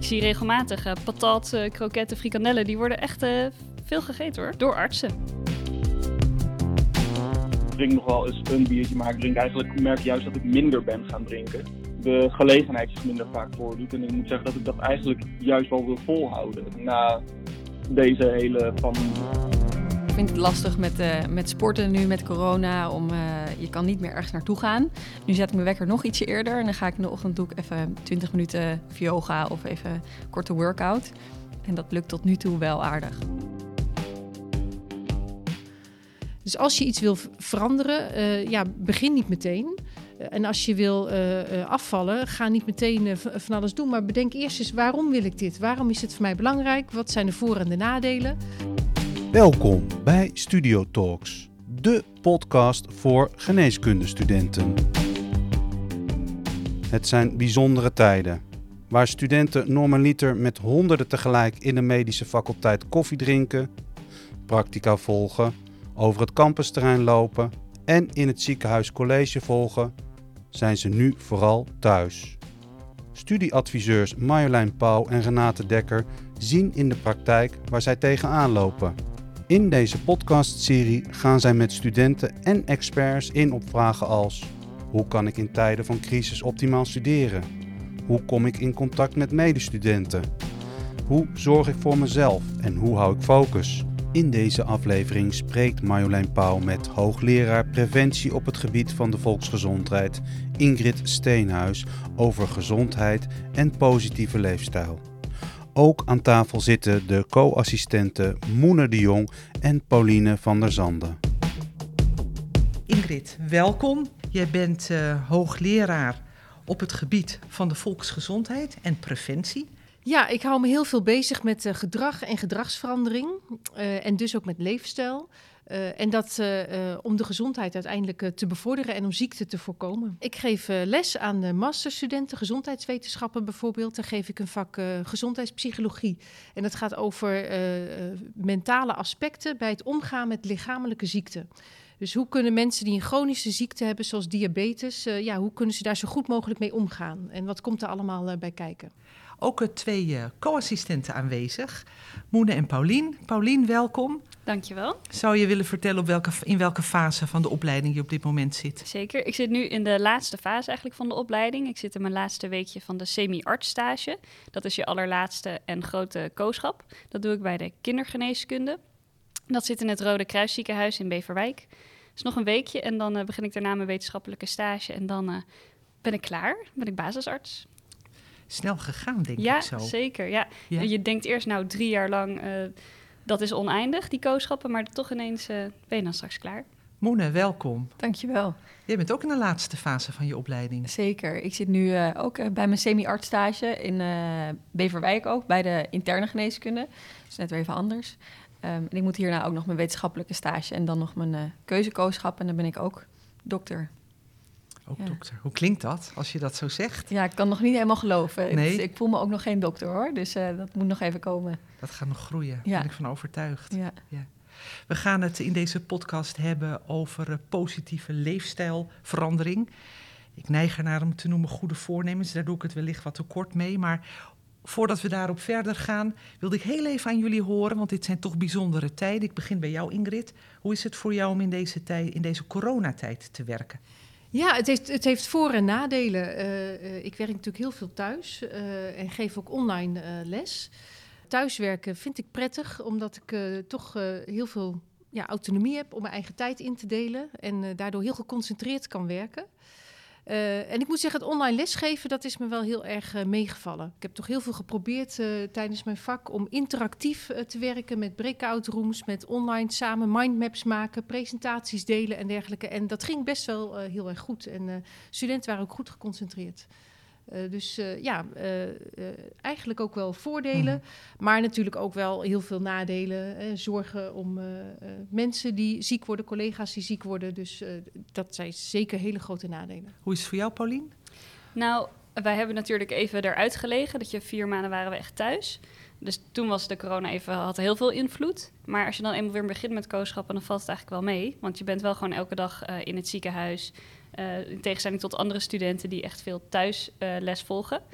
zie regelmatig patat, kroketten, frikandellen. Die worden echt veel gegeten hoor, door artsen. Ik drink nog wel eens een biertje, maar ik merk juist dat ik minder ben gaan drinken. De gelegenheid is minder vaak voordoet en ik moet zeggen dat ik dat eigenlijk juist wel wil volhouden na deze hele pandemie. Ik vind het lastig met sporten nu, met corona. Je kan niet meer ergens naartoe gaan. Nu zet ik mijn wekker nog ietsje eerder. En dan ga ik in de ochtend doe ik even 20 minuten yoga of even een korte workout. En dat lukt tot nu toe wel aardig. Dus als je iets wil veranderen, begin niet meteen. En als je wil afvallen, ga niet meteen van alles doen. Maar bedenk eerst eens, waarom wil ik dit? Waarom is het voor mij belangrijk? Wat zijn de voor- en de nadelen? Welkom bij Studio Talks, de podcast voor geneeskundestudenten. Het zijn bijzondere tijden, waar studenten normaliter met honderden tegelijk in de medische faculteit koffie drinken, practica volgen, over het campusterrein lopen en in het ziekenhuis college volgen, zijn ze nu vooral thuis. Studieadviseurs Marjolein Pauw en Renate Dekker zien in de praktijk waar zij tegenaan lopen. In deze podcastserie gaan zij met studenten en experts in op vragen als: hoe kan ik in tijden van crisis optimaal studeren? Hoe kom ik in contact met medestudenten? Hoe zorg ik voor mezelf en hoe hou ik focus? In deze aflevering spreekt Marjolein Pauw met hoogleraar preventie op het gebied van de volksgezondheid Ingrid Steenhuis over gezondheid en positieve leefstijl. Ook aan tafel zitten de co-assistenten Moene de Jong en Pauline van der Zanden. Ingrid, welkom. Jij bent hoogleraar op het gebied van de volksgezondheid en preventie. Ja, ik hou me heel veel bezig met gedrag en gedragsverandering. En dus ook met leefstijl. En dat om de gezondheid uiteindelijk te bevorderen en om ziekte te voorkomen. Ik geef les aan de masterstudenten, gezondheidswetenschappen bijvoorbeeld. Dan geef ik een vak gezondheidspsychologie. En dat gaat over mentale aspecten bij het omgaan met lichamelijke ziekten. Dus hoe kunnen mensen die een chronische ziekte hebben, zoals diabetes, hoe kunnen ze daar zo goed mogelijk mee omgaan? En wat komt er allemaal bij kijken? Ook twee co-assistenten aanwezig, Moene en Paulien. Paulien, welkom. Dankjewel. Zou je willen vertellen in welke fase van de opleiding je op dit moment zit? Zeker. Ik zit nu in de laatste fase eigenlijk van de opleiding. Ik zit in mijn laatste weekje van de semi-artsstage. Dat is je allerlaatste en grote kooschap. Dat doe ik bij de kindergeneeskunde. Dat zit in het Rode Kruisziekenhuis in Beverwijk. Dat is nog een weekje en dan begin ik daarna mijn wetenschappelijke stage. En dan ben ik klaar, ben ik basisarts. Snel gegaan, denk ik zo. Ja, zeker. Ja. Je denkt eerst 3 jaar lang, dat is oneindig, die kooschappen. Maar toch ineens ben je dan straks klaar. Moene, welkom. Dankjewel. Jij bent ook in de laatste fase van je opleiding. Zeker. Ik zit nu ook bij mijn semi-artsstage in Beverwijk ook, bij de interne geneeskunde. Dat is net weer even anders. En ik moet hierna ook nog mijn wetenschappelijke stage en dan nog mijn keuzekooschap. En dan ben ik ook dokter. Ook dokter. Hoe klinkt dat, als je dat zo zegt? Ja, ik kan nog niet helemaal geloven. Nee? Ik voel me ook nog geen dokter, hoor. Dus dat moet nog even komen. Dat gaat nog groeien, Ja. daar ben ik van overtuigd. Ja. Ja. We gaan het in deze podcast hebben over positieve leefstijlverandering. Ik neig ernaar om te noemen goede voornemens. Daar doe ik het wellicht wat te kort mee. Maar voordat we daarop verder gaan, wilde ik heel even aan jullie horen, want dit zijn toch bijzondere tijden. Ik begin bij jou, Ingrid. Hoe is het voor jou om in deze coronatijd te werken? Ja, het heeft voor- en nadelen. Ik werk natuurlijk heel veel thuis en geef ook online les. Thuiswerken vind ik prettig, omdat ik toch heel veel autonomie heb om mijn eigen tijd in te delen. En daardoor heel geconcentreerd kan werken. En ik moet zeggen, het online lesgeven, dat is me wel heel erg meegevallen. Ik heb toch heel veel geprobeerd tijdens mijn vak om interactief te werken met breakout rooms, met online samen mindmaps maken, presentaties delen en dergelijke. En dat ging best wel heel erg goed. En studenten waren ook goed geconcentreerd. Eigenlijk ook wel voordelen, maar natuurlijk ook wel heel veel nadelen. Zorgen om mensen die ziek worden, collega's die ziek worden. Dus dat zijn zeker hele grote nadelen. Hoe is het voor jou, Paulien? Nou, wij hebben natuurlijk even eruit gelegen. Dat je 4 maanden waren we echt thuis. Dus toen was de corona had heel veel invloed. Maar als je dan eenmaal weer begint met kooschappen, dan valt het eigenlijk wel mee. Want je bent wel gewoon elke dag in het ziekenhuis. In tegenstelling tot andere studenten die echt veel thuis les volgen.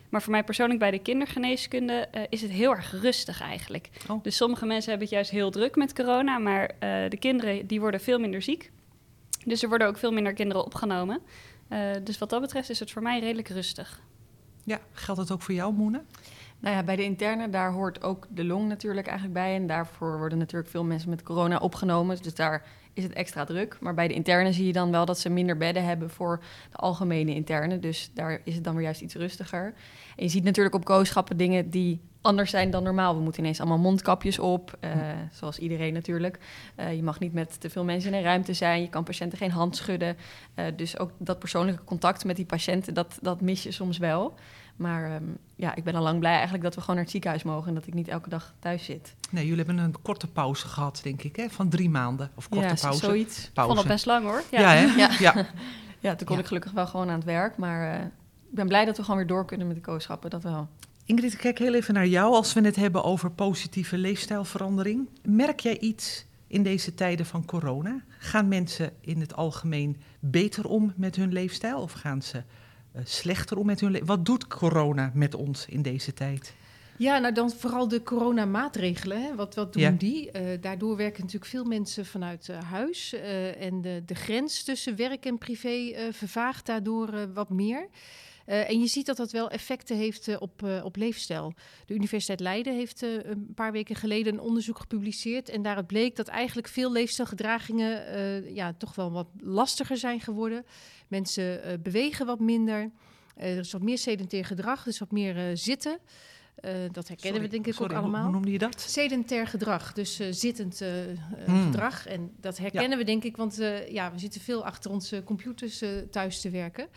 Maar voor mij persoonlijk bij de kindergeneeskunde is het heel erg rustig eigenlijk. Oh. Dus sommige mensen hebben het juist heel druk met corona, maar de kinderen die worden veel minder ziek. Dus er worden ook veel minder kinderen opgenomen. Dus wat dat betreft is het voor mij redelijk rustig. Ja, geldt dat ook voor jou, Moene? Nou ja, bij de interne, daar hoort ook de long natuurlijk eigenlijk bij. En daarvoor worden natuurlijk veel mensen met corona opgenomen. Dus daar is het extra druk. Maar bij de interne zie je dan wel dat ze minder bedden hebben voor de algemene interne. Dus daar is het dan weer juist iets rustiger. En je ziet natuurlijk op kooschappen dingen die anders zijn dan normaal. We moeten ineens allemaal mondkapjes op, zoals iedereen natuurlijk. Je mag niet met te veel mensen in een ruimte zijn. Je kan patiënten geen hand schudden. Dus ook dat persoonlijke contact met die patiënten, dat mis je soms wel. Maar ik ben al lang blij eigenlijk dat we gewoon naar het ziekenhuis mogen en dat ik niet elke dag thuis zit. Nee, jullie hebben een korte pauze gehad, denk ik, hè? Van 3 maanden. Of korte pauze. Zoiets. Ik vond het best lang hoor. Ja, hè? Ja. Ja, toen kon ik gelukkig wel gewoon aan het werk. Maar ik ben blij dat we gewoon weer door kunnen met de kooschappen, dat wel. Ingrid, ik kijk heel even naar jou als we het hebben over positieve leefstijlverandering. Merk jij iets in deze tijden van corona? Gaan mensen in het algemeen beter om met hun leefstijl of gaan ze slechter om met hun leefstijl? Wat doet corona met ons in deze tijd? Ja, nou dan vooral de coronamaatregelen. Hè? Wat doen die? Daardoor werken natuurlijk veel mensen vanuit huis. En de grens tussen werk en privé vervaagt daardoor wat meer. En je ziet dat dat wel effecten heeft op leefstijl. De Universiteit Leiden heeft een paar weken geleden een onderzoek gepubliceerd. En daaruit bleek dat eigenlijk veel leefstijlgedragingen toch wel wat lastiger zijn geworden. Mensen bewegen wat minder. Er is wat meer sedentair gedrag, dus wat meer zitten. Dat herkennen we denk ik ook allemaal. Hoe noemde je dat? Sedentair gedrag, dus zittend gedrag. En dat herkennen we denk ik, want we zitten veel achter onze computers thuis te werken.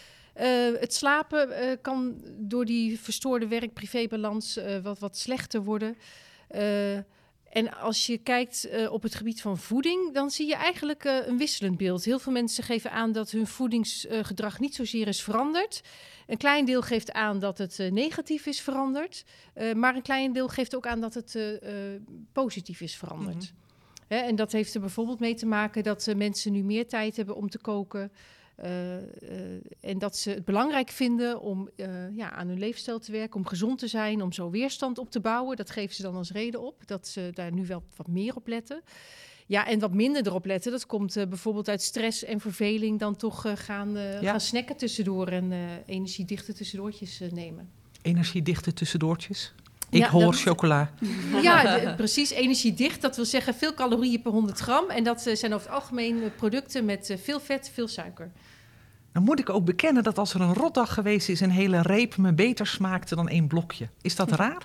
Het slapen kan door die verstoorde werk-privébalans wat slechter worden. En als je kijkt op het gebied van voeding, dan zie je eigenlijk een wisselend beeld. Heel veel mensen geven aan dat hun voedingsgedrag niet zozeer is veranderd. Een klein deel geeft aan dat het negatief is veranderd. Maar een klein deel geeft ook aan dat het positief is veranderd. Mm-hmm. En dat heeft er bijvoorbeeld mee te maken dat mensen nu meer tijd hebben om te koken. En dat ze het belangrijk vinden om aan hun leefstijl te werken, om gezond te zijn, om zo weerstand op te bouwen. Dat geven ze dan als reden op, dat ze daar nu wel wat meer op letten. Ja, en wat minder erop letten, dat komt bijvoorbeeld uit stress en verveling, dan toch gaan snacken tussendoor en energiedichte tussendoortjes nemen. Energiedichte tussendoortjes? Ik hoor chocola. Ja, precies. Energiedicht, dat wil zeggen veel calorieën per 100 gram. En dat zijn over het algemeen producten met veel vet, veel suiker. Dan moet ik ook bekennen dat als er een rotdag geweest is, een hele reep me beter smaakte dan 1 blokje. Is dat raar?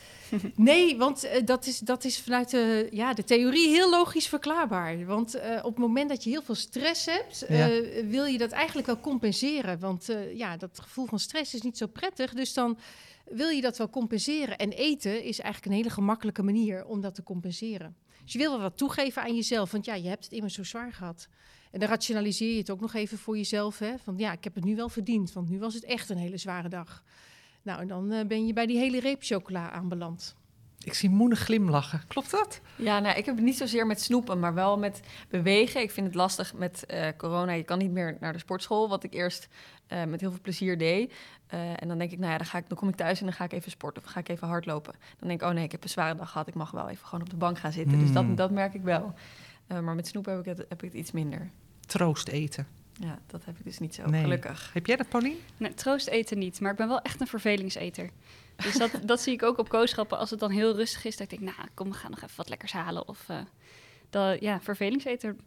Nee, want dat is vanuit de theorie heel logisch verklaarbaar. Want op het moment dat je heel veel stress hebt, wil je dat eigenlijk wel compenseren. Want dat gevoel van stress is niet zo prettig, dus dan wil je dat wel compenseren. En eten is eigenlijk een hele gemakkelijke manier om dat te compenseren. Dus je wil wel wat toegeven aan jezelf, want je hebt het immers zo zwaar gehad. En dan rationaliseer je het ook nog even voor jezelf. Hè? Van ik heb het nu wel verdiend, want nu was het echt een hele zware dag. Nou, en dan ben je bij die hele reep chocola aanbeland. Ik zie Moene glimlachen. Klopt dat? Ja, nou, ik heb het niet zozeer met snoepen, maar wel met bewegen. Ik vind het lastig met corona. Je kan niet meer naar de sportschool, wat ik eerst met heel veel plezier deed. En dan denk ik, dan kom ik thuis en dan ga ik even sporten of ga ik even hardlopen. Dan denk ik, oh nee, ik heb een zware dag gehad. Ik mag wel even gewoon op de bank gaan zitten. Dus dat merk ik wel. Maar met snoep heb ik het iets minder. Troost eten. Ja, dat heb ik dus niet zo, nee. Gelukkig. Heb jij dat, Paulien? Nee, troost eten niet, maar ik ben wel echt een vervelingseter. Dus dat zie ik ook op kooschappen. Als het dan heel rustig is, dat ik denk, kom, we gaan nog even wat lekkers halen. Of vervelingseter.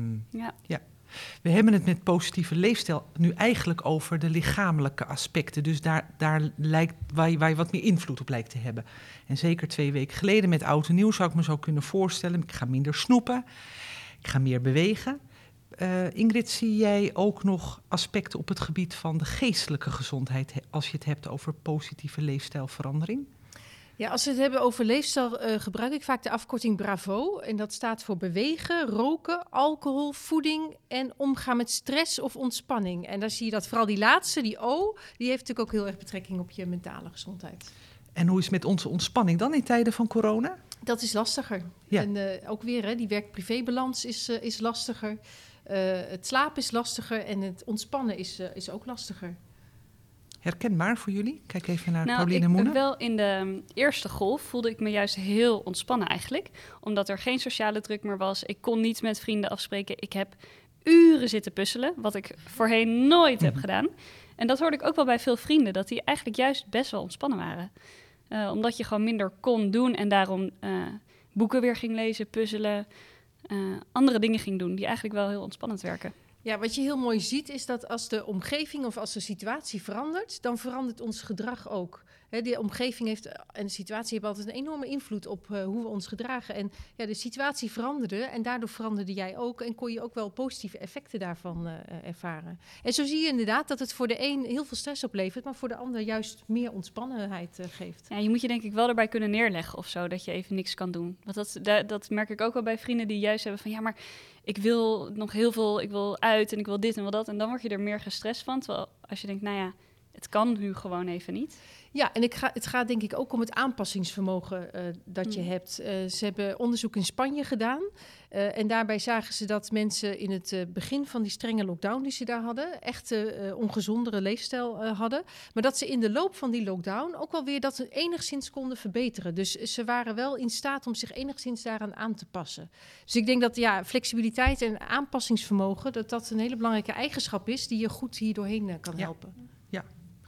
Ja. We hebben het met positieve leefstijl nu eigenlijk over de lichamelijke aspecten. Dus daar lijkt waar je wat meer invloed op lijkt te hebben. En zeker 2 weken geleden met Oud en Nieuw zou ik me zo kunnen voorstellen. Ik ga minder snoepen, ik ga meer bewegen. Ingrid, zie jij ook nog aspecten op het gebied van de geestelijke gezondheid als je het hebt over positieve leefstijlverandering? Ja, als we het hebben over leefstijl gebruik ik vaak de afkorting BRAVO. En dat staat voor bewegen, roken, alcohol, voeding en omgaan met stress of ontspanning. En daar zie je dat vooral die laatste, die O, die heeft natuurlijk ook heel erg betrekking op je mentale gezondheid. En hoe is het met onze ontspanning dan in tijden van corona? Dat is lastiger. Ja. En ook weer, die werk-privébalans is lastiger. Het slapen is lastiger en het ontspannen is ook lastiger. Herkenbaar voor jullie? Kijk even naar Nou, Pauline Moenen. wel in de eerste golf voelde ik me juist heel ontspannen eigenlijk. Omdat er geen sociale druk meer was. Ik kon niet met vrienden afspreken. Ik heb uren zitten puzzelen, wat ik voorheen nooit heb gedaan. En dat hoorde ik ook wel bij veel vrienden, dat die eigenlijk juist best wel ontspannen waren. Omdat je gewoon minder kon doen en daarom boeken weer ging lezen, puzzelen, andere dingen ging doen die eigenlijk wel heel ontspannend werken. Ja, wat je heel mooi ziet is dat als de omgeving of als de situatie verandert, dan verandert ons gedrag ook. De omgeving heeft en de situatie hebben altijd een enorme invloed op hoe we ons gedragen. En ja, de situatie veranderde en daardoor veranderde jij ook en kon je ook wel positieve effecten daarvan ervaren. En zo zie je inderdaad dat het voor de een heel veel stress oplevert, maar voor de ander juist meer ontspannenheid geeft. Ja, je moet je denk ik wel erbij kunnen neerleggen of zo, dat je even niks kan doen. Want dat merk ik ook wel bij vrienden die juist hebben van ja, maar ik wil nog heel veel, ik wil uit en ik wil dit en wil dat. En dan word je er meer gestrest van, terwijl als je denkt, nou ja, het kan nu gewoon even niet. Ja, en het gaat denk ik ook om het aanpassingsvermogen dat je hebt. Ze hebben onderzoek in Spanje gedaan. En daarbij zagen ze dat mensen in het begin van die strenge lockdown die ze daar hadden, echt ongezondere leefstijl hadden. Maar dat ze in de loop van die lockdown ook wel weer dat enigszins konden verbeteren. Dus ze waren wel in staat om zich enigszins daaraan aan te passen. Dus ik denk dat ja, flexibiliteit en aanpassingsvermogen, dat een hele belangrijke eigenschap is die je goed hier doorheen kan helpen. Ja.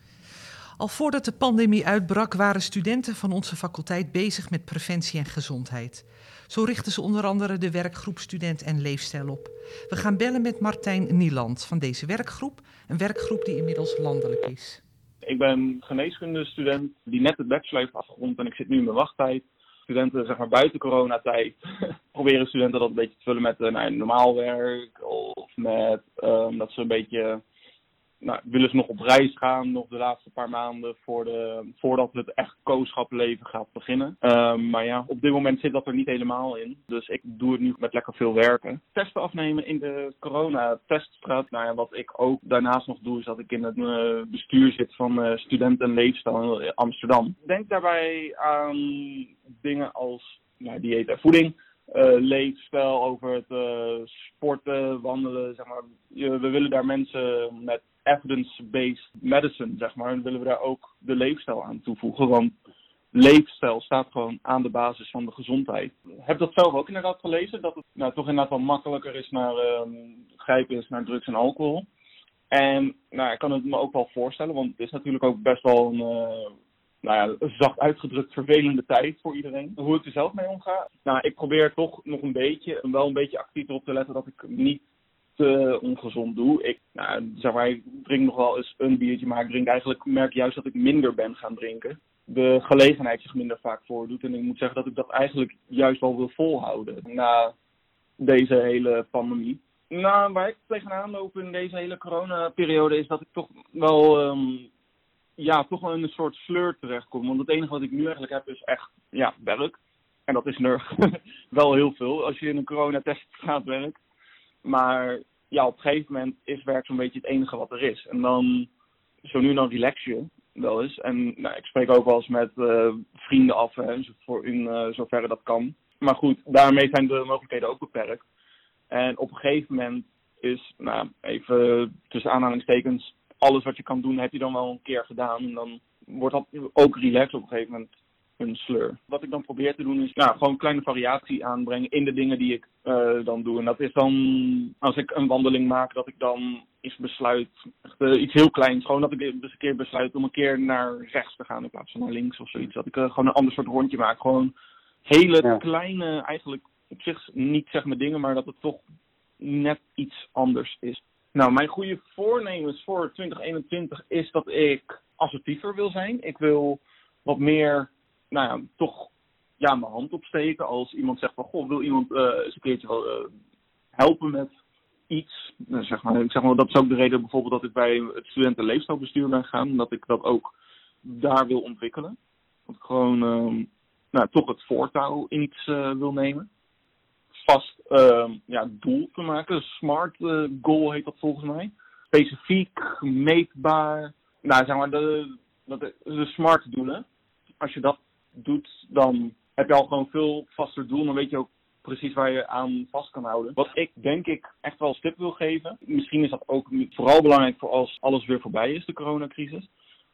Al voordat de pandemie uitbrak waren studenten van onze faculteit bezig met preventie en gezondheid. Zo richten ze onder andere de werkgroep Student en Leefstijl op. We gaan bellen met Martijn Nieland van deze werkgroep, een werkgroep die inmiddels landelijk is. Ik ben geneeskundestudent die net het bachelor heeft afgerond en ik zit nu in mijn wachttijd. Studenten, zeg maar buiten coronatijd, proberen studenten dat een beetje te vullen met normaal werk of met dat ze een beetje... willen ze nog op reis gaan, nog de laatste paar maanden voordat het echt kooschappenleven gaat beginnen. Maar ja, op dit moment zit dat er niet helemaal in. Dus ik doe het nu met lekker veel werken. Testen afnemen in de coronateststraat. Wat ik ook daarnaast nog doe, is dat ik in het bestuur zit van Student en Leefstijl in Amsterdam. Denk daarbij aan dingen als dieet en voeding. Leefstijl, over het sporten, wandelen, zeg maar. We willen daar mensen met evidence-based medicine, zeg maar, en willen we daar ook de leefstijl aan toevoegen, want leefstijl staat gewoon aan de basis van de gezondheid. Ik heb dat zelf ook inderdaad gelezen, dat het toch inderdaad wel makkelijker is grijpen is naar drugs en alcohol. En ik kan het me ook wel voorstellen, want het is natuurlijk ook best wel een zacht uitgedrukt vervelende tijd voor iedereen. Hoe ik er zelf mee omga? Ik probeer toch nog een beetje actief op te letten dat ik niet te ongezond doe. Ik drink nog wel eens een biertje, maar ik merk juist dat ik minder ben gaan drinken. De gelegenheid zich minder vaak voordoet. En ik moet zeggen dat ik dat eigenlijk juist wel wil volhouden na deze hele pandemie. Waar ik tegenaan loop in deze hele coronaperiode is dat ik toch wel toch wel in een soort sleur terechtkom. Want het enige wat ik nu eigenlijk heb is echt werk. En dat is er wel heel veel als je in een coronateststraat werkt. Maar op een gegeven moment is werk zo'n beetje het enige wat er is. En dan, zo nu en dan relax je wel eens. En ik spreek ook wel eens met vrienden af, in zoverre dat kan. Maar goed, daarmee zijn de mogelijkheden ook beperkt. En op een gegeven moment is, even tussen aanhalingstekens, alles wat je kan doen heb je dan wel een keer gedaan. En dan wordt dat ook relaxed op een gegeven moment een sleur. Wat ik dan probeer te doen is gewoon kleine variatie aanbrengen in de dingen die ik dan doe. En dat is dan, als ik een wandeling maak, dat ik dan iets besluit, iets heel kleins. Gewoon dat ik dus een keer besluit om een keer naar rechts te gaan in plaats van naar links of zoiets. Dat ik gewoon een ander soort rondje maak. Gewoon hele kleine, eigenlijk op zich niet zeg maar dingen, maar dat het toch net iets anders is. Mijn goede voornemens voor 2021 is dat ik assertiever wil zijn. Ik wil wat meer, toch mijn hand opsteken als iemand zegt van, goh, wil iemand eens een keertje helpen met iets. Zeg maar, dat is ook de reden bijvoorbeeld dat ik bij het studentenleefstijlbestuur ben gegaan. Dat ik dat ook daar wil ontwikkelen. Dat ik gewoon toch het voortouw in iets wil nemen. Vast doel te maken. Smart goal heet dat volgens mij. Specifiek, meetbaar. De smart doelen. Als je dat doet, dan heb je al gewoon veel vaster doel. Dan weet je ook precies waar je aan vast kan houden. Wat ik denk ik echt wel stip wil geven. Misschien is dat ook vooral belangrijk voor als alles weer voorbij is, de coronacrisis.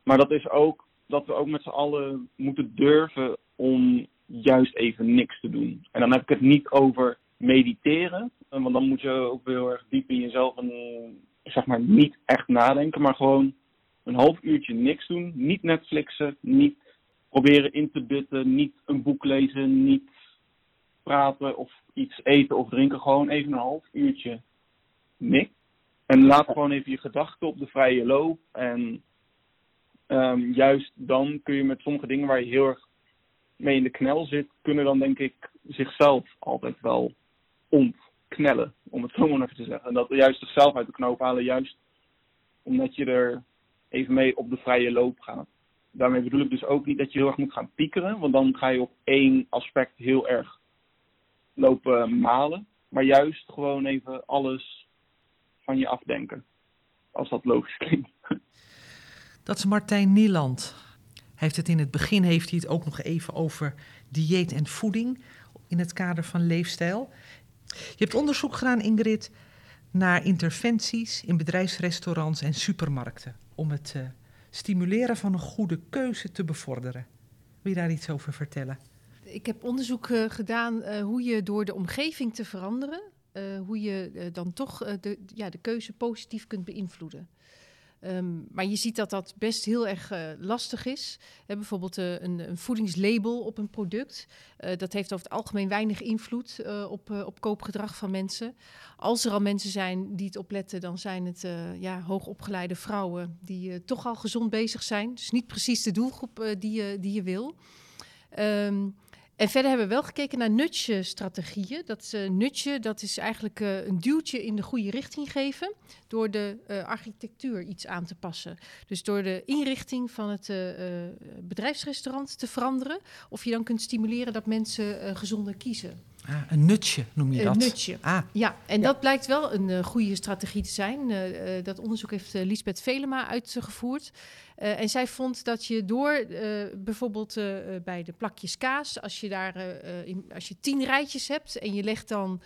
Maar dat is ook dat we ook met z'n allen moeten durven om juist even niks te doen. En dan heb ik het niet over mediteren, want dan moet je ook heel erg diep in jezelf en zeg maar niet echt nadenken, maar gewoon een half uurtje niks doen. Niet Netflixen, niet proberen in te dutten, niet een boek lezen, niet praten of iets eten of drinken. Gewoon even een half uurtje niks. En laat gewoon even je gedachten op de vrije loop. En juist dan kun je met sommige dingen waar je heel erg mee in de knel zit, kunnen dan denk ik zichzelf altijd wel ontknellen, om het zo maar even te zeggen. En dat juist zichzelf uit de knoop halen, juist omdat je er even mee op de vrije loop gaat. Daarmee bedoel ik dus ook niet dat je heel erg moet gaan piekeren, want dan ga je op één aspect heel erg lopen malen. Maar juist gewoon even alles van je afdenken, als dat logisch klinkt. Dat is Martijn Nieland. Hij heeft het in het begin ook nog even over dieet en voeding in het kader van leefstijl. Je hebt onderzoek gedaan, Ingrid, naar interventies in bedrijfsrestaurants en supermarkten om het stimuleren van een goede keuze te bevorderen. Wil je daar iets over vertellen? Ik heb onderzoek gedaan hoe je door de omgeving te veranderen, hoe je dan toch de keuze positief kunt beïnvloeden. Maar je ziet dat dat best heel erg lastig is. Bijvoorbeeld een voedingslabel op een product. Dat heeft over het algemeen weinig invloed op koopgedrag van mensen. Als er al mensen zijn die het opletten, dan zijn het hoogopgeleide vrouwen die toch al gezond bezig zijn. Dus niet precies de doelgroep die je wil. En verder hebben we wel gekeken naar nudge-strategieën. Dat is eigenlijk een duwtje in de goede richting geven door de architectuur iets aan te passen. Dus door de inrichting van het bedrijfsrestaurant te veranderen. Of je dan kunt stimuleren dat mensen gezonder kiezen. Een nutje noem je dat? Een nutje, ja. En dat blijkt wel een goede strategie te zijn. Dat onderzoek heeft Liesbeth Velema uitgevoerd. En zij vond dat je door bijvoorbeeld bij de plakjes kaas, als je 10 rijtjes hebt en je legt dan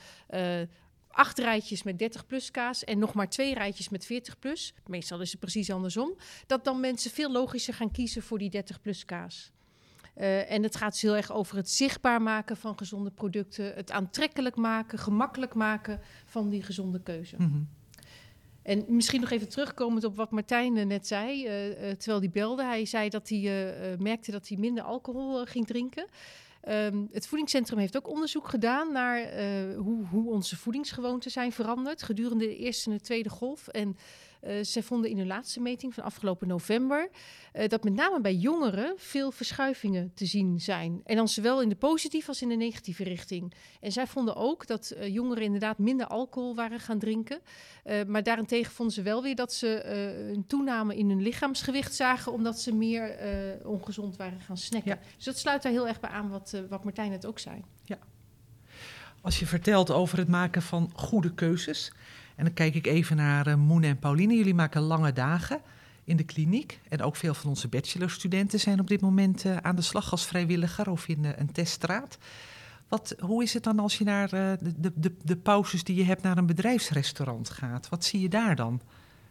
8 rijtjes met 30+ kaas en nog maar 2 rijtjes met 40+, meestal is het precies andersom, dat dan mensen veel logischer gaan kiezen voor die 30+ kaas. En het gaat dus heel erg over het zichtbaar maken van gezonde producten, het aantrekkelijk maken, gemakkelijk maken van die gezonde keuze. Mm-hmm. En misschien nog even terugkomend op wat Martijn net zei, terwijl hij belde. Hij zei dat hij merkte dat hij minder alcohol ging drinken. Het voedingscentrum heeft ook onderzoek gedaan naar hoe onze voedingsgewoonten zijn veranderd gedurende de eerste en de tweede golf. En zij vonden in hun laatste meting van afgelopen november dat met name bij jongeren veel verschuivingen te zien zijn. En dan zowel in de positieve als in de negatieve richting. En zij vonden ook dat jongeren inderdaad minder alcohol waren gaan drinken. Maar daarentegen vonden ze wel weer dat ze een toename in hun lichaamsgewicht zagen, omdat ze meer ongezond waren gaan snacken. Ja. Dus dat sluit daar heel erg bij aan wat Martijn net ook zei. Ja. Als je vertelt over het maken van goede keuzes, en dan kijk ik even naar Moen en Pauline. Jullie maken lange dagen in de kliniek. En ook veel van onze bachelorstudenten zijn op dit moment aan de slag als vrijwilliger of in een teststraat. Hoe is het dan als je naar de pauzes die je hebt naar een bedrijfsrestaurant gaat? Wat zie je daar dan?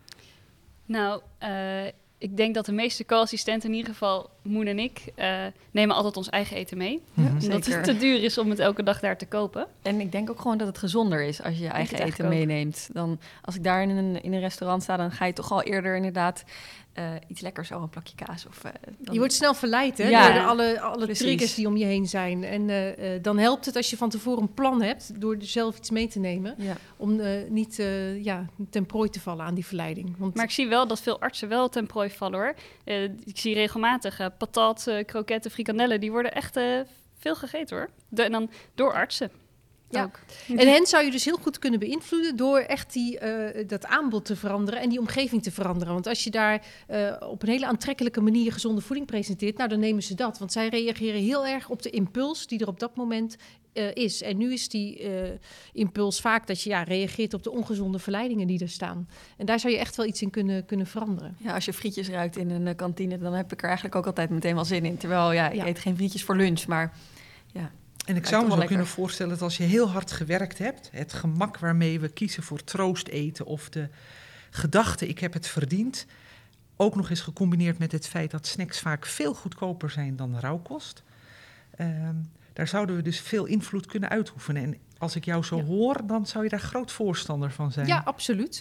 Nou, ik denk dat de meeste co-assistenten, in ieder geval Moen en ik, nemen altijd ons eigen eten mee. Ja, omdat het te duur is om het elke dag daar te kopen. En ik denk ook gewoon dat het gezonder is als je je eigen eten meeneemt. Dan, als ik daar in een restaurant sta, dan ga je toch al eerder inderdaad iets lekkers, zo een plakje kaas. Je wordt snel verleid, hè? Ja, door alle triggers die om je heen zijn. En dan helpt het als je van tevoren een plan hebt, door zelf iets mee te nemen, om niet ten prooi te vallen aan die verleiding. Maar ik zie wel dat veel artsen wel ten prooi vallen, hoor. Ik zie regelmatig patat, kroketten, frikandellen, die worden echt veel gegeten, hoor. En dan door artsen. Ja. Ook. En hen zou je dus heel goed kunnen beïnvloeden door echt dat aanbod te veranderen en die omgeving te veranderen. Want als je daar op een hele aantrekkelijke manier gezonde voeding presenteert, nou dan nemen ze dat. Want zij reageren heel erg op de impuls die er op dat moment is. En nu is die impuls vaak dat je reageert op de ongezonde verleidingen die er staan. En daar zou je echt wel iets in kunnen veranderen. Ja, als je frietjes ruikt in een kantine, dan heb ik er eigenlijk ook altijd meteen wel zin in. Terwijl ik eet geen frietjes voor lunch, maar ja. En ik zou me zo kunnen voorstellen dat als je heel hard gewerkt hebt, het gemak waarmee we kiezen voor troosteten of de gedachte, ik heb het verdiend, Ook nog eens gecombineerd met het feit dat snacks vaak veel goedkoper zijn dan rauwkost. Daar zouden we dus veel invloed kunnen uitoefenen. En als ik jou zo hoor, dan zou je daar groot voorstander van zijn. Ja, absoluut.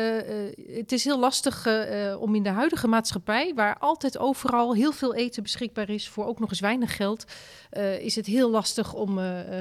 Het is heel lastig om in de huidige maatschappij, waar altijd overal heel veel eten beschikbaar is voor ook nog eens weinig geld, is het heel lastig om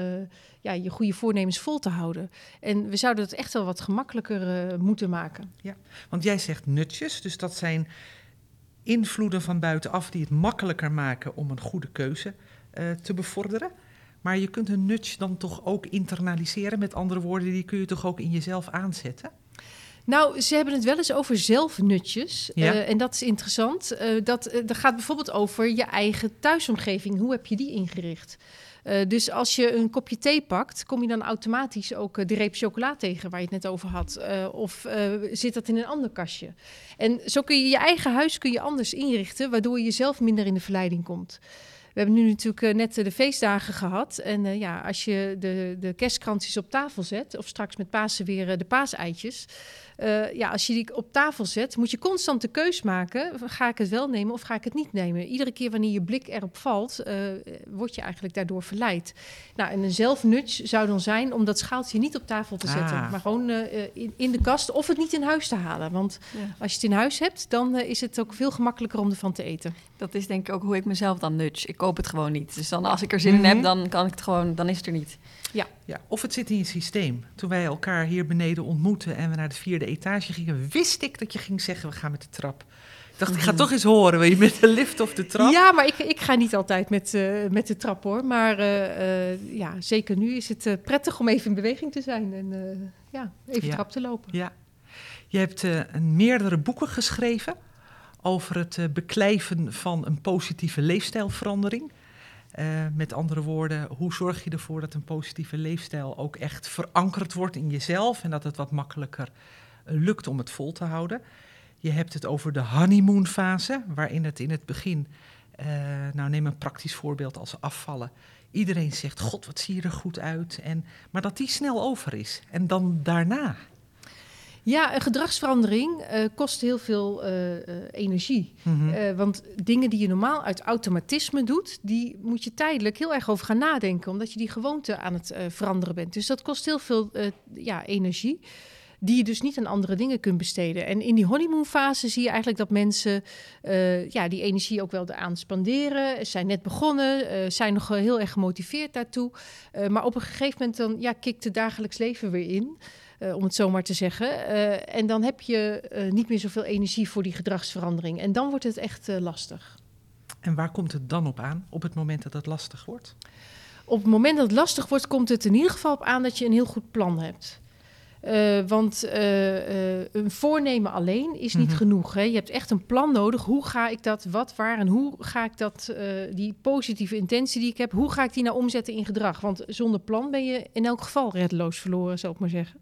je goede voornemens vol te houden. En we zouden het echt wel wat gemakkelijker moeten maken. Ja, want jij zegt nutjes, dus dat zijn invloeden van buitenaf die het makkelijker maken om een goede keuze te bevorderen. Maar je kunt een nudge dan toch ook internaliseren. Met andere woorden, die kun je toch ook in jezelf aanzetten? Nou, ze hebben het wel eens over zelfnutjes. Ja. En dat is interessant. Dat gaat bijvoorbeeld over je eigen thuisomgeving. Hoe heb je die ingericht? Dus als je een kopje thee pakt, kom je dan automatisch ook de reep chocola tegen waar je het net over had. Of zit dat in een ander kastje? En zo kun je je eigen huis anders inrichten, waardoor je zelf minder in de verleiding komt. We hebben nu natuurlijk net de feestdagen gehad. En als je de kerstkransjes op tafel zet, of straks met Pasen weer de paaseitjes. Als je die op tafel zet, moet je constant de keus maken. Ga ik het wel nemen of ga ik het niet nemen? Iedere keer wanneer je blik erop valt, word je eigenlijk daardoor verleid. Nou, en een zelfnudge zou dan zijn om dat schaaltje niet op tafel te zetten. Maar gewoon in de kast of het niet in huis te halen. Want als je het in huis hebt, dan is het ook veel gemakkelijker om ervan te eten. Dat is denk ik ook hoe ik mezelf dan nudge. Ik koop het gewoon niet. Dus dan als ik er zin in heb, dan kan ik het gewoon, dan is het er niet. Ja, of het zit in je systeem. Toen wij elkaar hier beneden ontmoetten en we naar de 4e etage gingen, wist ik dat je ging zeggen, we gaan met de trap. Ik dacht, ik ga toch eens horen, wil je met de lift of de trap? Ja, maar ik ga niet altijd met de trap, hoor. Maar zeker nu is het prettig om even in beweging te zijn en even trap te lopen. Ja. Je hebt meerdere boeken geschreven over het beklijven van een positieve leefstijlverandering. Met andere woorden, hoe zorg je ervoor dat een positieve leefstijl ook echt verankerd wordt in jezelf en dat het wat makkelijker lukt om het vol te houden. Je hebt het over de honeymoonfase, waarin het in het begin, neem een praktisch voorbeeld als afvallen. Iedereen zegt, god, wat zie je er goed uit. Maar dat die snel over is. En dan daarna. Ja, een gedragsverandering kost heel veel energie. Mm-hmm. Want dingen die je normaal uit automatisme doet, die moet je tijdelijk heel erg over gaan nadenken, omdat je die gewoonte aan het veranderen bent. Dus dat kost heel veel energie, die je dus niet aan andere dingen kunt besteden. En in die honeymoonfase zie je eigenlijk dat mensen die energie ook wel eraan spanderen. Zijn net begonnen, zijn nog heel erg gemotiveerd daartoe. Maar op een gegeven moment dan kikt het dagelijks leven weer in. Om het zo maar te zeggen. En dan heb je niet meer zoveel energie voor die gedragsverandering. En dan wordt het echt lastig. En waar komt het dan op aan, op het moment dat het lastig wordt? Op het moment dat het lastig wordt, komt het in ieder geval op aan dat je een heel goed plan hebt. Want een voornemen alleen is niet genoeg. Hè? Je hebt echt een plan nodig. Hoe ga ik dat, wat, waar en hoe ga ik dat, die positieve intentie die ik heb, hoe ga ik die nou omzetten in gedrag? Want zonder plan ben je in elk geval reddeloos verloren, zou ik maar zeggen.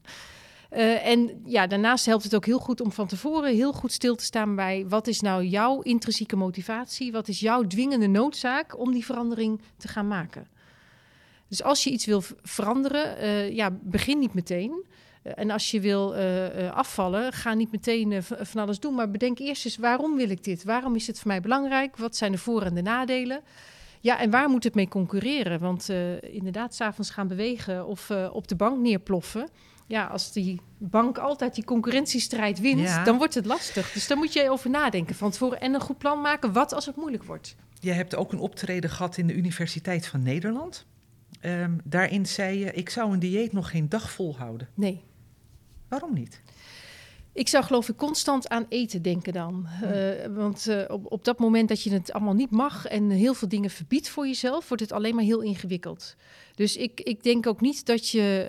Daarnaast helpt het ook heel goed om van tevoren heel goed stil te staan bij wat is nou jouw intrinsieke motivatie? Wat is jouw dwingende noodzaak om die verandering te gaan maken? Dus als je iets wil veranderen, begin niet meteen. En als je wil afvallen, ga niet meteen van alles doen. Maar bedenk eerst eens, waarom wil ik dit? Waarom is het voor mij belangrijk? Wat zijn de voor- en de nadelen? Ja, en waar moet het mee concurreren? Want inderdaad, 's avonds gaan bewegen of op de bank neerploffen. Ja, als die bank altijd die concurrentiestrijd wint, dan wordt het lastig. Dus daar moet je over nadenken van tevoren en een goed plan maken. Wat als het moeilijk wordt? Je hebt ook een optreden gehad in de Universiteit van Nederland. Daarin zei je, ik zou een dieet nog geen dag volhouden. Nee. Waarom niet? Ik zou geloof ik constant aan eten denken dan. Want op dat moment dat je het allemaal niet mag en heel veel dingen verbiedt voor jezelf, wordt het alleen maar heel ingewikkeld. Dus ik denk ook niet dat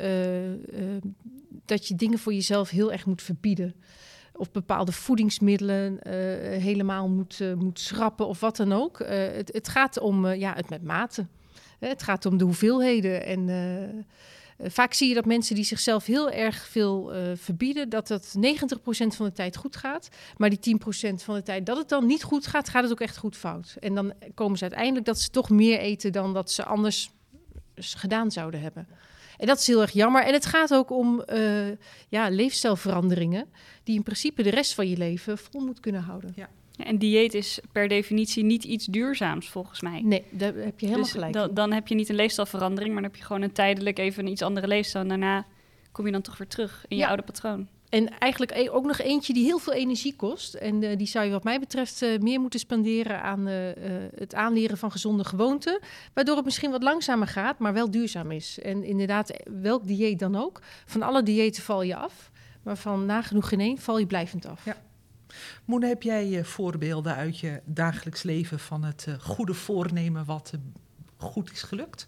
je dingen voor jezelf heel erg moet verbieden. Of bepaalde voedingsmiddelen helemaal moet schrappen of wat dan ook. Het gaat om het met mate. Het gaat om de hoeveelheden en vaak zie je dat mensen die zichzelf heel erg veel verbieden, dat 90% van de tijd goed gaat. Maar die 10% van de tijd dat het dan niet goed gaat, gaat het ook echt goed fout. En dan komen ze uiteindelijk dat ze toch meer eten dan dat ze anders gedaan zouden hebben. En dat is heel erg jammer. En het gaat ook om leefstijlveranderingen die in principe de rest van je leven vol moet kunnen houden. Ja. Ja, en dieet is per definitie niet iets duurzaams, volgens mij. Nee, daar heb je helemaal Dus gelijk in. dan heb je niet een leefstijlverandering, maar dan heb je gewoon een tijdelijk even een iets andere leefstijl. En daarna kom je dan toch weer terug in je Ja. oude patroon. En eigenlijk ook nog eentje die heel veel energie kost. En die zou je wat mij betreft meer moeten spenderen aan het aanleren van gezonde gewoonten. Waardoor het misschien wat langzamer gaat, maar wel duurzaam is. En inderdaad, welk dieet dan ook. Van alle diëten val je af. Maar van nagenoeg geen één val je blijvend af. Ja. Moene, heb jij voorbeelden uit je dagelijks leven van het goede voornemen wat goed is gelukt?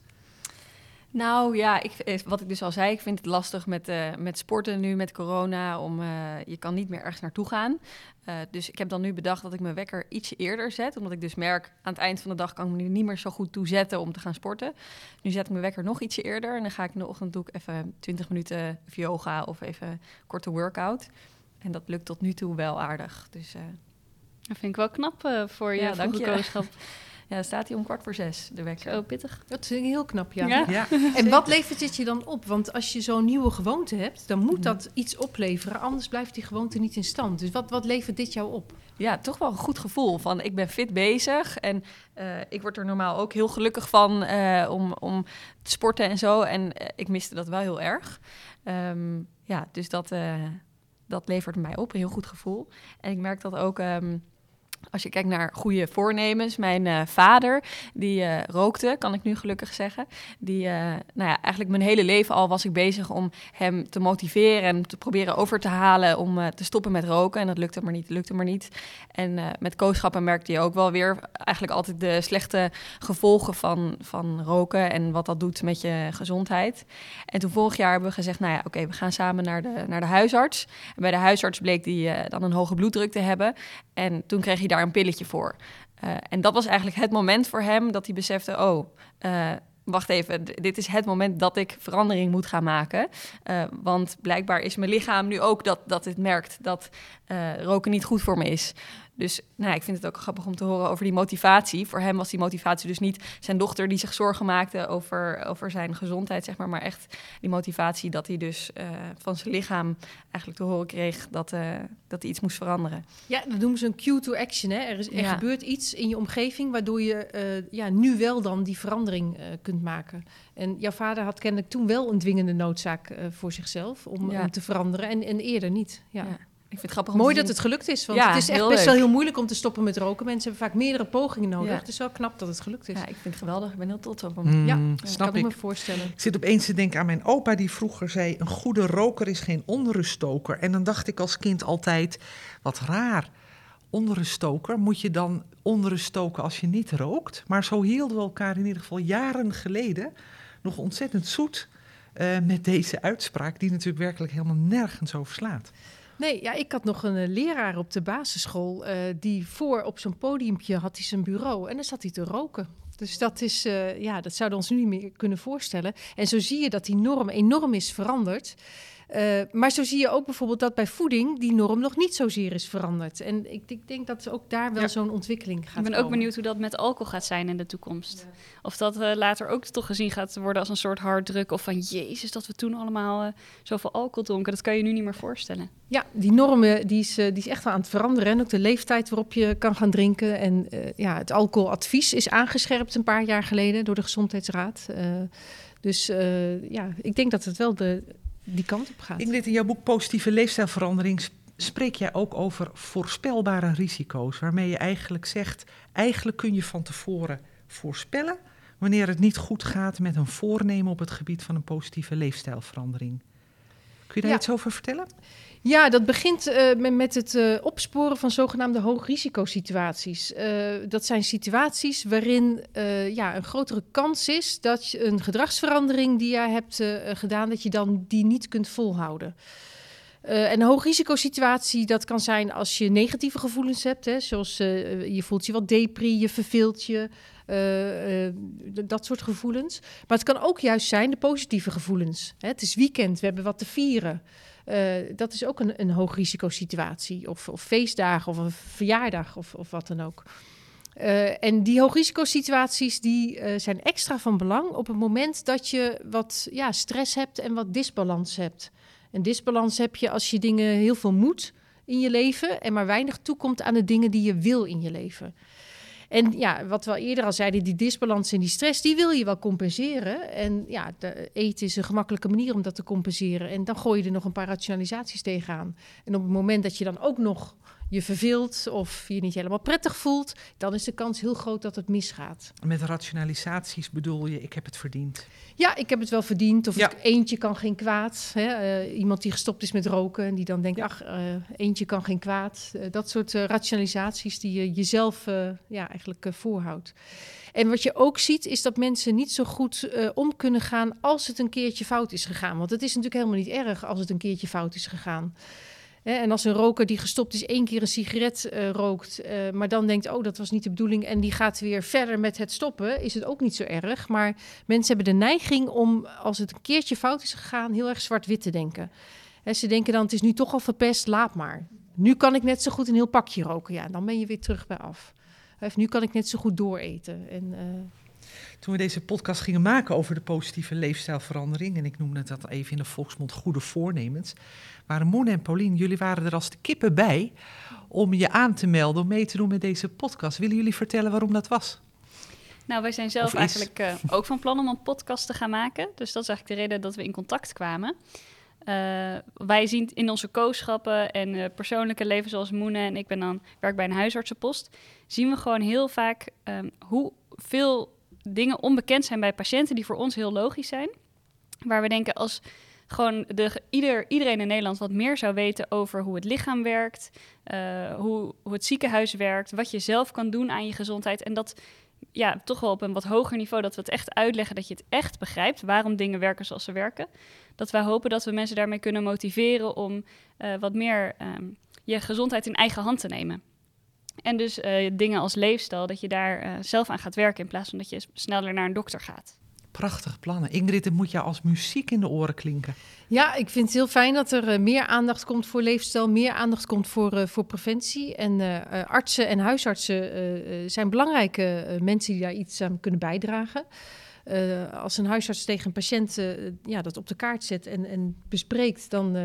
Nou ja, wat ik dus al zei, ik vind het lastig met sporten nu, met corona. Je kan niet meer ergens naartoe gaan. Dus ik heb dan nu bedacht dat ik mijn wekker ietsje eerder zet. Omdat ik dus merk, aan het eind van de dag kan ik me niet meer zo goed toe zetten om te gaan sporten. Nu zet ik mijn wekker nog ietsje eerder. En dan ga ik in de ochtend doe ik even 20 minuten yoga of even een korte workout. En dat lukt tot nu toe wel aardig. Dus, Dat vind ik wel knap voor je Ja, dank vroege je. kooschap. ja, dan staat hij om 5:45, de wekker. Zo pittig. Dat vind ik heel knap, ja. Ja. Ja, En wat levert dit je dan op? Want als je zo'n nieuwe gewoonte hebt, dan moet dat iets opleveren. Anders blijft die gewoonte niet in stand. Dus wat levert dit jou op? Ja, toch wel een goed gevoel van ik ben fit bezig. En ik word er normaal ook heel gelukkig van om te sporten en zo. En ik miste dat wel heel erg. Dus dat levert mij op, een heel goed gevoel. En ik merk dat ook als je kijkt naar goede voornemens. Mijn vader, die rookte, kan ik nu gelukkig zeggen. Eigenlijk mijn hele leven al was ik bezig om hem te motiveren en te proberen over te halen om te stoppen met roken. En dat lukte maar niet. En met kooschappen merkte je ook wel weer eigenlijk altijd de slechte gevolgen van roken en wat dat doet met je gezondheid. En toen vorig jaar hebben we gezegd, we gaan samen naar de huisarts. En bij de huisarts bleek die dan een hoge bloeddruk te hebben. En toen kreeg hij daar een pilletje voor. En dat was eigenlijk het moment voor hem dat hij besefte, wacht even, dit is het moment dat ik verandering moet gaan maken. Want blijkbaar is mijn lichaam nu ook dat het merkt dat roken niet goed voor me is. Dus ik vind het ook grappig om te horen over die motivatie. Voor hem was die motivatie dus niet zijn dochter die zich zorgen maakte over zijn gezondheid, zeg maar echt die motivatie dat hij dus van zijn lichaam eigenlijk te horen kreeg dat hij iets moest veranderen. Ja, dat noemen ze een cue to action. Hè? Er gebeurt iets in je omgeving waardoor je nu wel dan die verandering kunt maken. En jouw vader had kennelijk toen wel een dwingende noodzaak voor zichzelf om te veranderen en eerder niet. Ja. Ik vind het grappig om mooi te dat zien. het gelukt is, want Ja, het is echt heel best leuk. wel heel moeilijk om te stoppen met roken. Mensen hebben vaak meerdere pogingen nodig. Ja. Het is wel knap dat het gelukt is. Ja, ik vind het geweldig. Ik ben heel trots op hem. Snap kan ik ik. me voorstellen. Ik zit opeens te denken aan mijn opa die vroeger zei, een goede roker is geen onruststoker. En dan dacht ik als kind altijd, wat raar. Onruststoker, moet je dan onrust stoken als je niet rookt? Maar zo hielden we elkaar in ieder geval jaren geleden nog ontzettend zoet met deze uitspraak, die natuurlijk werkelijk helemaal nergens over slaat. Nee, ja, ik had nog een leraar op de basisschool die op zo'n podiumpje had hij zijn bureau en dan zat hij te roken. Dus dat is, dat zouden we ons nu niet meer kunnen voorstellen. En zo zie je dat die norm enorm is veranderd. Maar zo zie je ook bijvoorbeeld dat bij voeding die norm nog niet zozeer is veranderd. En ik denk dat ook daar wel zo'n ontwikkeling gaat komen. Ik ben ook benieuwd hoe dat met alcohol gaat zijn in de toekomst. Ja. Of dat later ook toch gezien gaat worden als een soort harddruk. Of van, jezus, dat we toen allemaal zoveel alcohol dronken. Dat kan je nu niet meer voorstellen. Ja, die normen die is echt wel aan het veranderen. En ook de leeftijd waarop je kan gaan drinken. En het alcoholadvies is aangescherpt een paar jaar geleden door de Gezondheidsraad. Ik denk dat het wel die kant op gaat. Ingrid, in jouw boek Positieve Leefstijlverandering spreek jij ook over voorspelbare risico's. Waarmee je eigenlijk zegt, eigenlijk kun je van tevoren voorspellen wanneer het niet goed gaat met een voornemen op het gebied van een positieve leefstijlverandering. Kun je daar iets over vertellen? Ja, dat begint met het opsporen van zogenaamde hoogrisicosituaties. Dat zijn situaties waarin een grotere kans is dat je een gedragsverandering die je hebt gedaan, dat je dan die niet kunt volhouden. En een hoogrisicosituatie, dat kan zijn als je negatieve gevoelens hebt, hè, zoals je voelt je wat depri, je verveelt je, dat soort gevoelens. Maar het kan ook juist zijn de positieve gevoelens. Hè. Het is weekend, we hebben wat te vieren. Dat is ook een hoogrisicosituatie. Of feestdagen of een verjaardag of wat dan ook. En die hoogrisicosituaties die zijn extra van belang op het moment dat je wat stress hebt en wat disbalans hebt. En disbalans heb je als je dingen heel veel moet in je leven en maar weinig toekomt aan de dingen die je wil in je leven. En ja, wat we al eerder al zeiden, die disbalans en die stress, die wil je wel compenseren. En ja, eten is een gemakkelijke manier om dat te compenseren. En dan gooi je er nog een paar rationalisaties tegenaan. En op het moment dat je dan ook nog je verveelt of je niet helemaal prettig voelt, dan is de kans heel groot dat het misgaat. Met rationalisaties bedoel je, ik heb het verdiend. Ja, ik heb het wel verdiend. Of Ja. eentje kan geen kwaad. Hè? Iemand die gestopt is met roken en die dan denkt, eentje kan geen kwaad. Dat soort rationalisaties die je jezelf eigenlijk voorhoudt. En wat je ook ziet, is dat mensen niet zo goed om kunnen gaan als het een keertje fout is gegaan. Want het is natuurlijk helemaal niet erg als het een keertje fout is gegaan. En als een roker die gestopt is 1 keer een sigaret rookt, maar dan denkt, dat was niet de bedoeling, en die gaat weer verder met het stoppen, is het ook niet zo erg. Maar mensen hebben de neiging om, als het een keertje fout is gegaan, heel erg zwart-wit te denken. Ze denken dan, het is nu toch al verpest, laat maar. Nu kan ik net zo goed een heel pakje roken. Ja, dan ben je weer terug bij af. Nu kan ik net zo goed dooreten. Toen we deze podcast gingen maken over de positieve leefstijlverandering, en ik noemde dat even in de volksmond goede voornemens, waren Moen en Paulien, jullie waren er als de kippen bij om je aan te melden, om mee te doen met deze podcast. Willen jullie vertellen waarom dat was? Nou, wij zijn zelf eigenlijk ook van plan om een podcast te gaan maken. Dus dat is eigenlijk de reden dat we in contact kwamen. Wij zien in onze kooschappen en persoonlijke leven, zoals Moene en ik werk bij een huisartsenpost, zien we gewoon heel vaak hoe veel dingen onbekend zijn bij patiënten die voor ons heel logisch zijn. Waar we denken, als gewoon iedereen in Nederland wat meer zou weten over hoe het lichaam werkt, hoe het ziekenhuis werkt, wat je zelf kan doen aan je gezondheid. En dat toch wel op een wat hoger niveau, dat we het echt uitleggen, dat je het echt begrijpt, waarom dingen werken zoals ze werken. Dat wij hopen dat we mensen daarmee kunnen motiveren om wat meer je gezondheid in eigen hand te nemen. En dus dingen als leefstijl, dat je daar zelf aan gaat werken in plaats van dat je sneller naar een dokter gaat. Prachtige plannen. Ingrid, het moet jou als muziek in de oren klinken. Ja, ik vind het heel fijn dat er meer aandacht komt voor leefstijl, meer aandacht komt voor preventie. En artsen en huisartsen zijn belangrijke mensen die daar iets aan kunnen bijdragen. Als een huisarts tegen een patiënt dat op de kaart zet en bespreekt, dan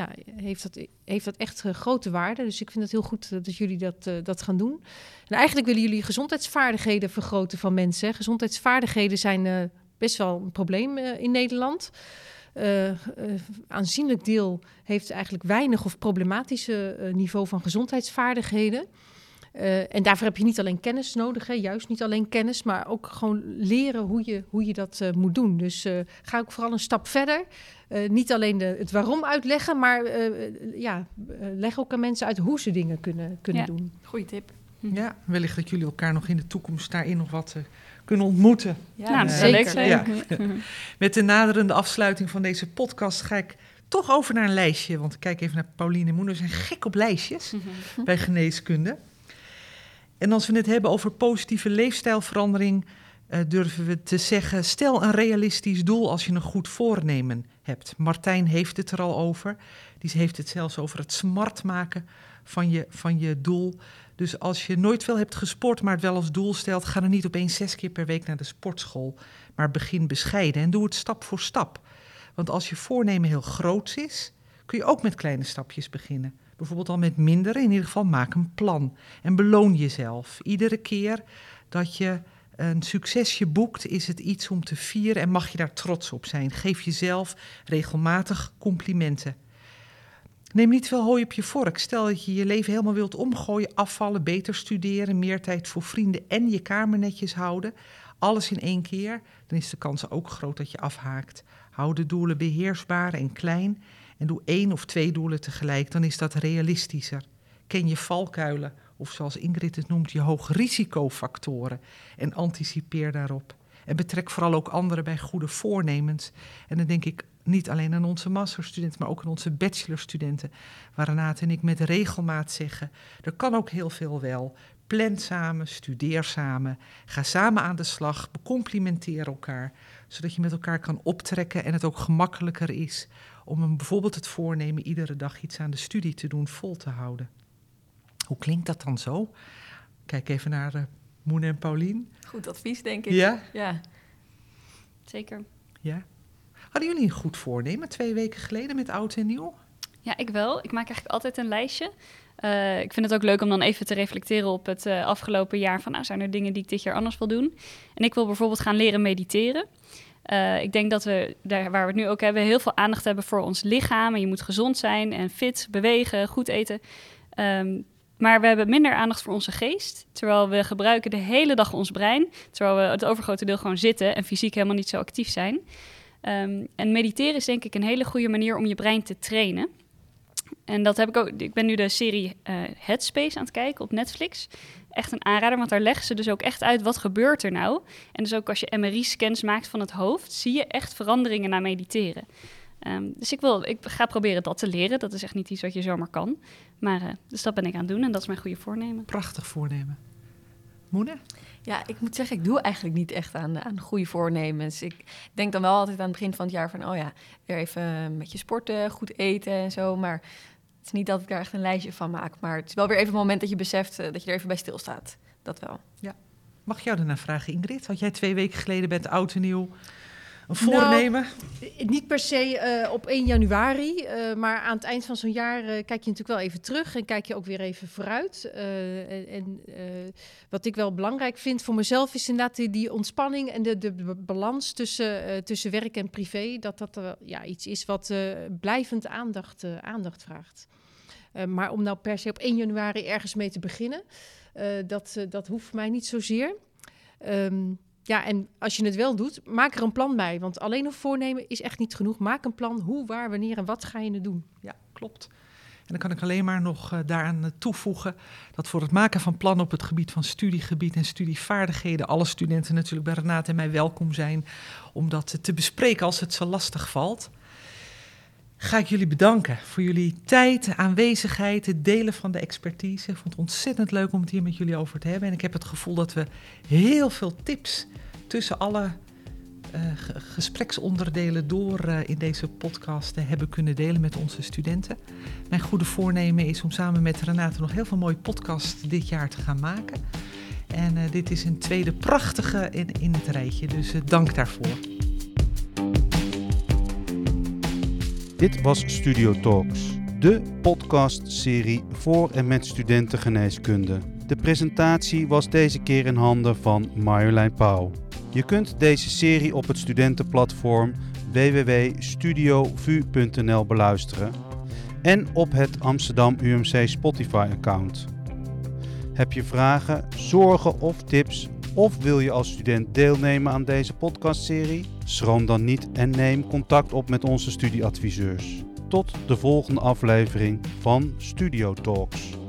heeft dat echt grote waarde. Dus ik vind het heel goed dat jullie dat gaan doen. En eigenlijk willen jullie gezondheidsvaardigheden vergroten van mensen. Hè. Gezondheidsvaardigheden zijn best wel een probleem in Nederland. Aanzienlijk deel heeft eigenlijk weinig of problematische niveau van gezondheidsvaardigheden. En daarvoor heb je niet alleen kennis nodig, hè? Juist niet alleen kennis, maar ook gewoon leren hoe je dat moet doen. Dus ga ook vooral een stap verder. Niet alleen het waarom uitleggen, maar leg ook aan mensen uit hoe ze dingen kunnen doen. Goeie tip. Ja, wellicht dat jullie elkaar nog in de toekomst daarin nog wat kunnen ontmoeten. Ja, dat zou leuk zijn. Ja. Met de naderende afsluiting van deze podcast ga ik toch over naar een lijstje. Want ik kijk even naar Paulien en Moen. We zijn gek op lijstjes bij geneeskunde. En als we het hebben over positieve leefstijlverandering, durven we te zeggen, stel een realistisch doel als je een goed voornemen hebt. Martijn heeft het er al over. Die heeft het zelfs over het smart maken van je doel. Dus als je nooit veel hebt gesport, maar het wel als doel stelt, ga dan niet opeens 6 keer per week naar de sportschool. Maar begin bescheiden en doe het stap voor stap. Want als je voornemen heel groot is, kun je ook met kleine stapjes beginnen. Bijvoorbeeld al met minder, in ieder geval maak een plan. En beloon jezelf. Iedere keer dat je een succesje boekt, is het iets om te vieren en mag je daar trots op zijn. Geef jezelf regelmatig complimenten. Neem niet veel hooi op je vork. Stel dat je je leven helemaal wilt omgooien, afvallen, beter studeren, meer tijd voor vrienden en je kamer netjes houden. Alles in 1 keer, dan is de kans ook groot dat je afhaakt. Hou de doelen beheersbaar en klein en doe 1 of 2 doelen tegelijk, dan is dat realistischer. Ken je valkuilen, of zoals Ingrid het noemt, je hoogrisicofactoren en anticipeer daarop. En betrek vooral ook anderen bij goede voornemens. En dan denk ik niet alleen aan onze masterstudenten, maar ook aan onze bachelorstudenten, waar Renate en ik met regelmaat zeggen, er kan ook heel veel wel. Plan samen, studeer samen, ga samen aan de slag, becomplimenteer elkaar, zodat je met elkaar kan optrekken en het ook gemakkelijker is om bijvoorbeeld het voornemen iedere dag iets aan de studie te doen vol te houden. Hoe klinkt dat dan zo? Kijk even naar Moen en Paulien. Goed advies, denk ik. Ja? Zeker. Ja. Hadden jullie een goed voornemen 2 weken geleden met oud en nieuw? Ja, ik wel. Ik maak eigenlijk altijd een lijstje. Ik vind het ook leuk om dan even te reflecteren op het afgelopen jaar. Van, zijn er dingen die ik dit jaar anders wil doen? En ik wil bijvoorbeeld gaan leren mediteren. Ik denk dat we, daar waar we het nu ook hebben, heel veel aandacht hebben voor ons lichaam. En je moet gezond zijn en fit, bewegen, goed eten. Maar we hebben minder aandacht voor onze geest. Terwijl we gebruiken de hele dag ons brein. Terwijl we het overgrote deel gewoon zitten en fysiek helemaal niet zo actief zijn. En mediteren is denk ik een hele goede manier om je brein te trainen. En dat heb ik ook. Ik ben nu de serie Headspace aan het kijken op Netflix. Echt een aanrader, want daar leggen ze dus ook echt uit wat gebeurt er nou. En dus ook als je MRI-scans maakt van het hoofd, zie je echt veranderingen na mediteren. Dus ik ga proberen dat te leren. Dat is echt niet iets wat je zomaar kan. Maar dus dat ben ik aan het doen en dat is mijn goede voornemen. Prachtig voornemen. Moene? Ja, ik moet zeggen, ik doe eigenlijk niet echt aan goede voornemens. Ik denk dan wel altijd aan het begin van het jaar van, weer even met je sporten, goed eten en zo. Maar het is niet dat ik daar echt een lijstje van maak. Maar het is wel weer even een moment dat je beseft dat je er even bij stilstaat. Dat wel. Ja. Mag ik jou daarna vragen, Ingrid? Had jij 2 weken geleden bent oud en nieuw een voornemen? Nou, niet per se op 1 januari, maar aan het eind van zo'n jaar kijk je natuurlijk wel even terug en kijk je ook weer even vooruit. Wat ik wel belangrijk vind voor mezelf is inderdaad die ontspanning en de balans tussen werk en privé. Dat iets is wat blijvend aandacht vraagt. Maar om nou per se op 1 januari ergens mee te beginnen, dat hoeft voor mij niet zozeer. Ja, en als je het wel doet, maak er een plan bij. Want alleen een voornemen is echt niet genoeg. Maak een plan, hoe, waar, wanneer en wat ga je het doen. Ja, klopt. En dan kan ik alleen maar nog daaraan toevoegen dat voor het maken van plannen op het gebied van studiegebied en studievaardigheden alle studenten natuurlijk bij Renate en mij welkom zijn om dat te bespreken als het zo lastig valt. Ga ik jullie bedanken voor jullie tijd, aanwezigheid, het delen van de expertise. Ik vond het ontzettend leuk om het hier met jullie over te hebben. En ik heb het gevoel dat we heel veel tips tussen alle gespreksonderdelen door in deze podcast hebben kunnen delen met onze studenten. Mijn goede voornemen is om samen met Renate nog heel veel mooie podcasts dit jaar te gaan maken. En dit is een tweede prachtige in het rijtje, dus dank daarvoor. Dit was Studio Talks, de podcastserie voor en met studenten geneeskunde. De presentatie was deze keer in handen van Marjolein Pauw. Je kunt deze serie op het studentenplatform www.studiovu.nl beluisteren en op het Amsterdam UMC Spotify-account. Heb je vragen, zorgen of tips of wil je als student deelnemen aan deze podcastserie? Schroom dan niet en neem contact op met onze studieadviseurs. Tot de volgende aflevering van Studio Talks.